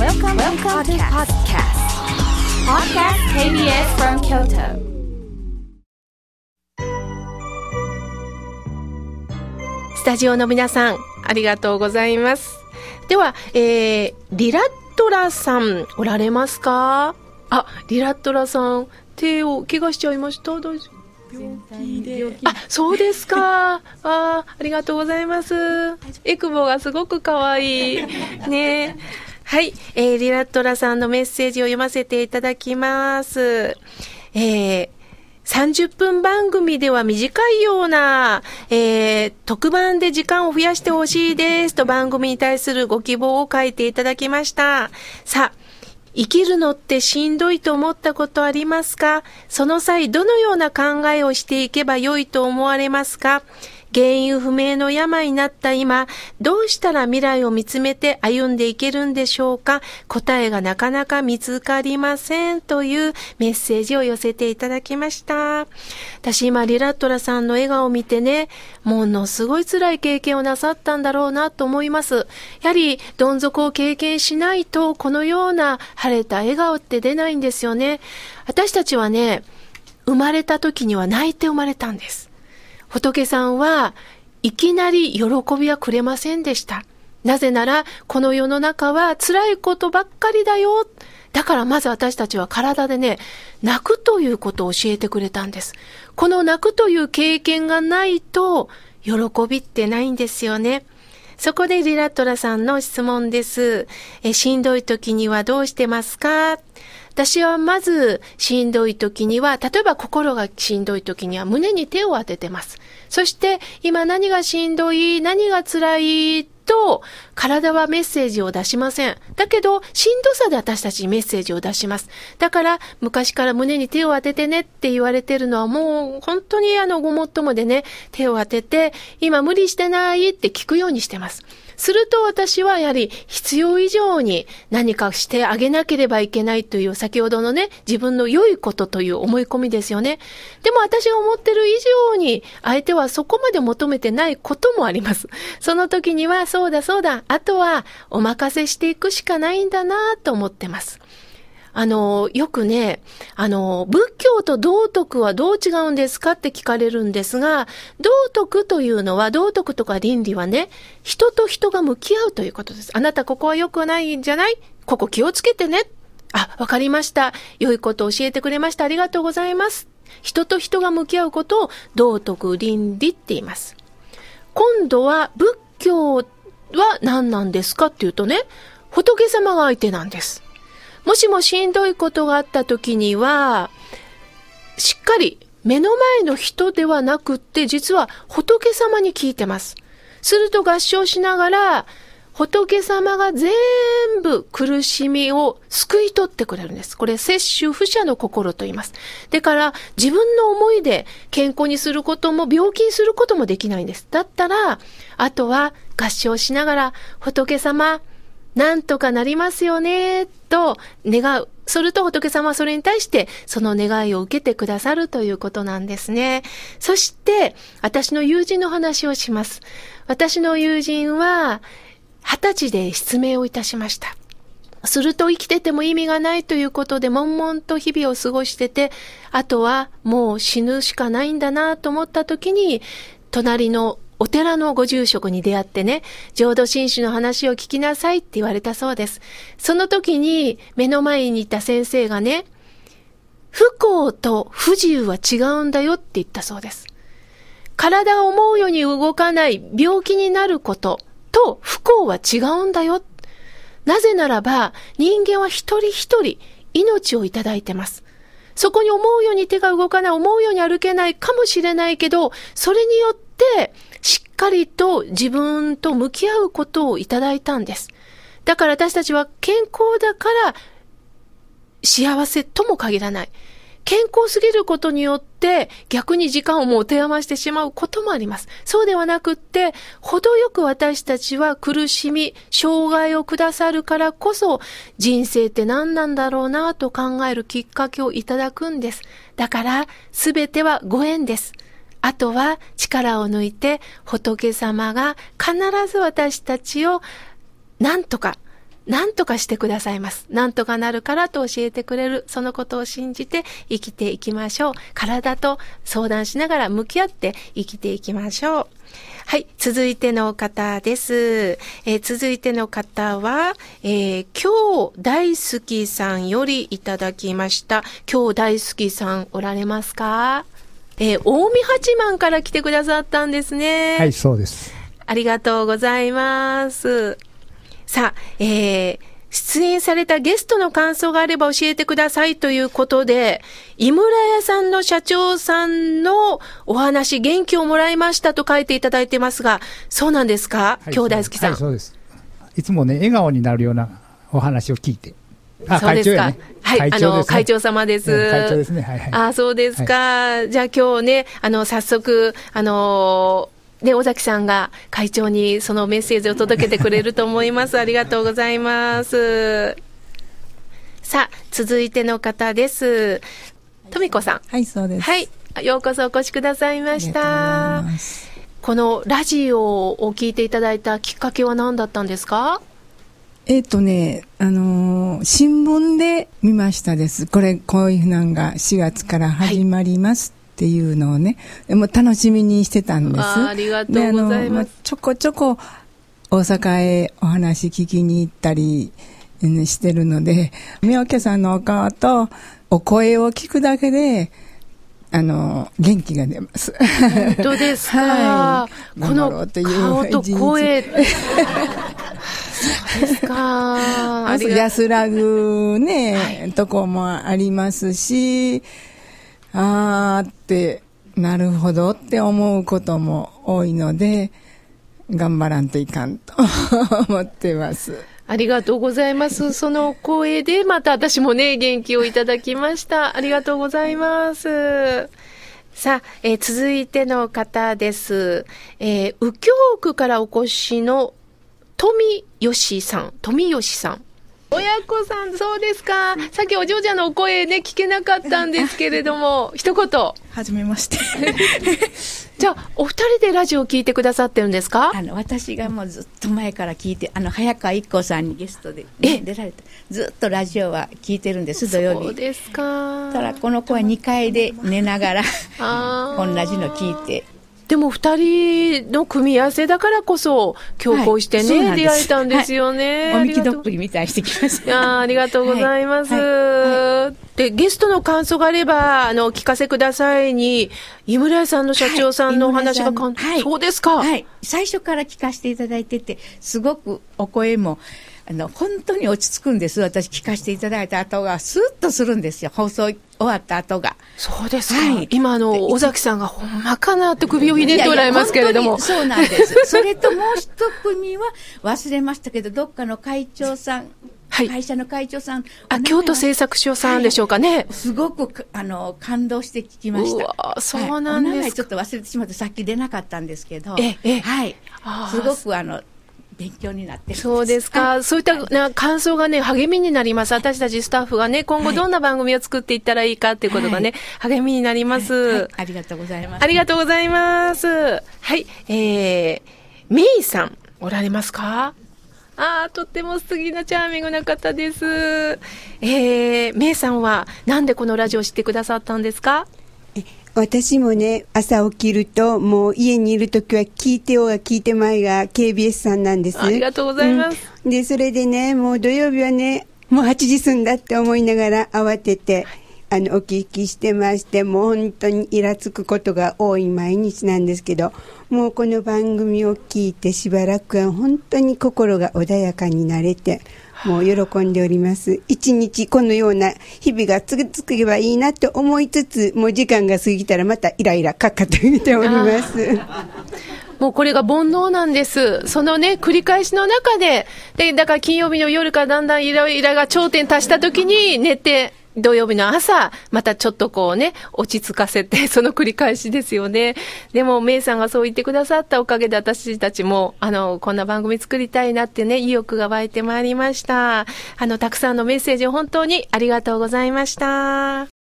Welcome to podcast KBS from Kyoto. スタジオの皆さん、ありがとうございます。では、リラットラさんおられますか？あ、リラットラさん、手を怪我しちゃいました。大丈夫？病気で。あ、そうですか。ありがとうございます。エクボがすごくかわいい。ね。はい、リラットラさんのメッセージを読ませていただきます。30分番組では短いような、特番で時間を増やしてほしいですと番組に対するご希望を書いていただきました。さあ、生きるのってしんどいと思ったことありますか？その際、どのような考えをしていけば良いと思われますか？原因不明の病になった今、どうしたら未来を見つめて歩んでいけるんでしょうか？答えがなかなか見つかりませんというメッセージを寄せていただきました。私今リラットラさんの笑顔を見てね、ものすごい辛い経験をなさったんだろうなと思います。やはりどん底を経験しないとこのような晴れた笑顔って出ないんですよね。私たちはね、生まれた時には泣いて生まれたんです。仏さんはいきなり喜びはくれませんでした。なぜならこの世の中は辛いことばっかりだよ。だからまず私たちは体でね、泣くということを教えてくれたんです。この泣くという経験がないと喜びってないんですよね。そこでリラットラさんの質問です。しんどい時にはどうしてますか？私はまずしんどい時には、例えば心がしんどい時には胸に手を当ててます。そして今何がしんどい、何が辛いと体はメッセージを出しません。だけどしんどさで私たちにメッセージを出します。だから昔から胸に手を当ててねって言われてるのはもう本当にごもっともでね、手を当てて今無理してないって聞くようにしてます。すると私はやはり必要以上に何かしてあげなければいけないという先ほどのね、自分の良いことという思い込みですよね。でも私が思ってる以上に相手はそこまで求めてないこともあります。その時にはそうだ、あとはお任せしていくしかないんだなと思ってます。よくね、仏教と道徳はどう違うんですかって聞かれるんですが、道徳というのは、道徳とか倫理はね、人と人が向き合うということです。あなたここは良くないんじゃない？ここ気をつけてね。あ、わかりました。良いことを教えてくれました。ありがとうございます。人と人が向き合うことを道徳、倫理って言います。今度は仏教は何なんですかっていうとね、仏様が相手なんです。もしもしんどいことがあった時には、しっかり目の前の人ではなくって、実は仏様に聞いてます。すると合唱しながら、仏様が全部苦しみを救い取ってくれるんです。これ、摂取不捨の心と言います。だから、自分の思いで健康にすることも、病気にすることもできないんです。だったら、あとは合唱しながら、仏様、なんとかなりますよね、と願う。すると仏様はそれに対してその願いを受けてくださるということなんですね。そして、私の友人の話をします。私の友人は、20歳で失明をいたしました。すると生きてても意味がないということで悶々と日々を過ごしてて、あとはもう死ぬしかないんだなと思った時に、隣のお寺のご住職に出会ってね、浄土真宗の話を聞きなさいって言われたそうです。その時に目の前にいた先生がね、不幸と不自由は違うんだよって言ったそうです。体が思うように動かない病気になることと不幸は違うんだよ。なぜならば人間は一人一人命をいただいてます。そこに思うように手が動かない、思うように歩けないかもしれないけど、それによってしっかりと自分と向き合うことをいただいたんです。だから私たちは健康だから幸せとも限らない。健康すぎることによって逆に時間を持て余してしまうこともあります。そうではなくって、程よく私たちは苦しみ、障害をくださるからこそ人生って何なんだろうなと考えるきっかけをいただくんです。だから全てはご縁です。あとは力を抜いて仏様が必ず私たちをなんとか何とかしてくださいます。何とかなるからと教えてくれる。そのことを信じて生きていきましょう。体と相談しながら向き合って生きていきましょう。はい、続いての方です。続いての方は、今日大好きさんよりいただきました。今日大好きさんおられますか？近江八幡から来てくださったんですね。 はい、そうです。 ありがとうございます。さあ、出演されたゲストの感想があれば教えてくださいということで、井村屋さんの社長さんのお話、元気をもらいましたと書いていただいてますが、そうなんですか？ はい、 今日大好きさん。 はい、そうです。いつもね、笑顔になるようなお話を聞いて。 そうですか。 会長やね。 はい、 会長ですね。 会長様です。 会長ですね。はいはい。 そうですか。はい、じゃあ今日ね、早速、で、尾崎さんが会長にそのメッセージを届けてくれると思います。ありがとうございます。さあ、続いての方です。とみこさん。 はい、そうです。 はい。ようこそお越しくださいました。 ありがとうございます。 このラジオを聞いていただいたきっかけは何だったんですか？ 新聞で見ましたです。こういうのが4月から始まります。っていうのをね、でも楽しみにしてたんです。 ありがとうございます。 ちょこちょこ大阪へお話聞きに行ったりしてるので、宮家さんのお顔とお声を聞くだけで、元気が出ます。 本当ですか？ はい、 この顔と声。そうですか。 安らぐね、はい、とこもありますし、ってなるほどって思うことも多いので、頑張らんといかんと思ってます。 ありがとうございます。その声でまた私もね、元気をいただきました。ありがとうございます。さあ、続いての方です。右京区からお越しの富吉さん。親子さん、そうですか。さっきお嬢ちゃんのお声ね、聞けなかったんですけれども、一言。 はじめまして。 じゃあ、お二人でラジオを聞いてくださってるんですか？ 私がもうずっと前から聞いて、早川一子さんにゲストで、ね、出られて、ずっとラジオは聞いてるんです、土曜日。 そうですか。 ただ、この子は2階で寝ながら、同じの聞いて。 でも二人の組み合わせだからこそ強行してね、はい、出会えたんですよね。 はい、おみきどっぷりみたいにしてきました。 ありがとうございます。で、ゲストの感想があれば、聞かせくださいに、井村屋さんの社長さんのお話がそうですか。 はい。最初から聞かせていただいてて、すごくお声も、本当に落ち着くんです。私聞かせていただいた後がスッとするんですよ。放送終わった後が。 そうですか。はい、今尾崎さんがほんまかなって首をひねっておられますけれども。 そうなんです。それともう一組は忘れましたけど、どっかの会長さん、はい、会社の会長さん。 京都製作所さんでしょうかね。はい、 すごく、感動して聞きました。 うわ、そうなんですか。 お名前ちょっと忘れてしまってさっき出なかったんですけど。はい。すごく勉強になってるんです。 そうですか。はい、そういった感想がね、励みになります。私たちスタッフがね、今後どんな番組を作っていったらいいかっていうことがね、はい、励みになります、はいはい。 ありがとうございます。 ありがとうございます。はい。メイさん、おられますか？とっても素敵なチャーミングな方です。メイさんは、なんでこのラジオを知ってくださったんですか？ 私もね、朝起きると、もう家にいるときは聞いてようが聞いてまいが KBS さんなんです。 ありがとうございます。 で、それでね、もう土曜日はね、もう8時済んだって思いながら慌てて、お聞きしてまして、もう本当にイラつくことが多い毎日なんですけど、もうこの番組を聞いてしばらくは本当に心が穏やかになれて、もう喜んでおります。一日このような日々が続けばいいなと思いつつ、もう時間が過ぎたらまたイライラかかってきております。 もうこれが煩悩なんです。そのね、繰り返しの中で、だから金曜日の夜からだんだんイライラが頂点達した時に寝て、土曜日の朝、またちょっとこうね、落ち着かせて、その繰り返しですよね。でも、メイさんがそう言ってくださったおかげで、私たちも、こんな番組作りたいなってね、意欲が湧いてまいりました。たくさんのメッセージを本当にありがとうございました。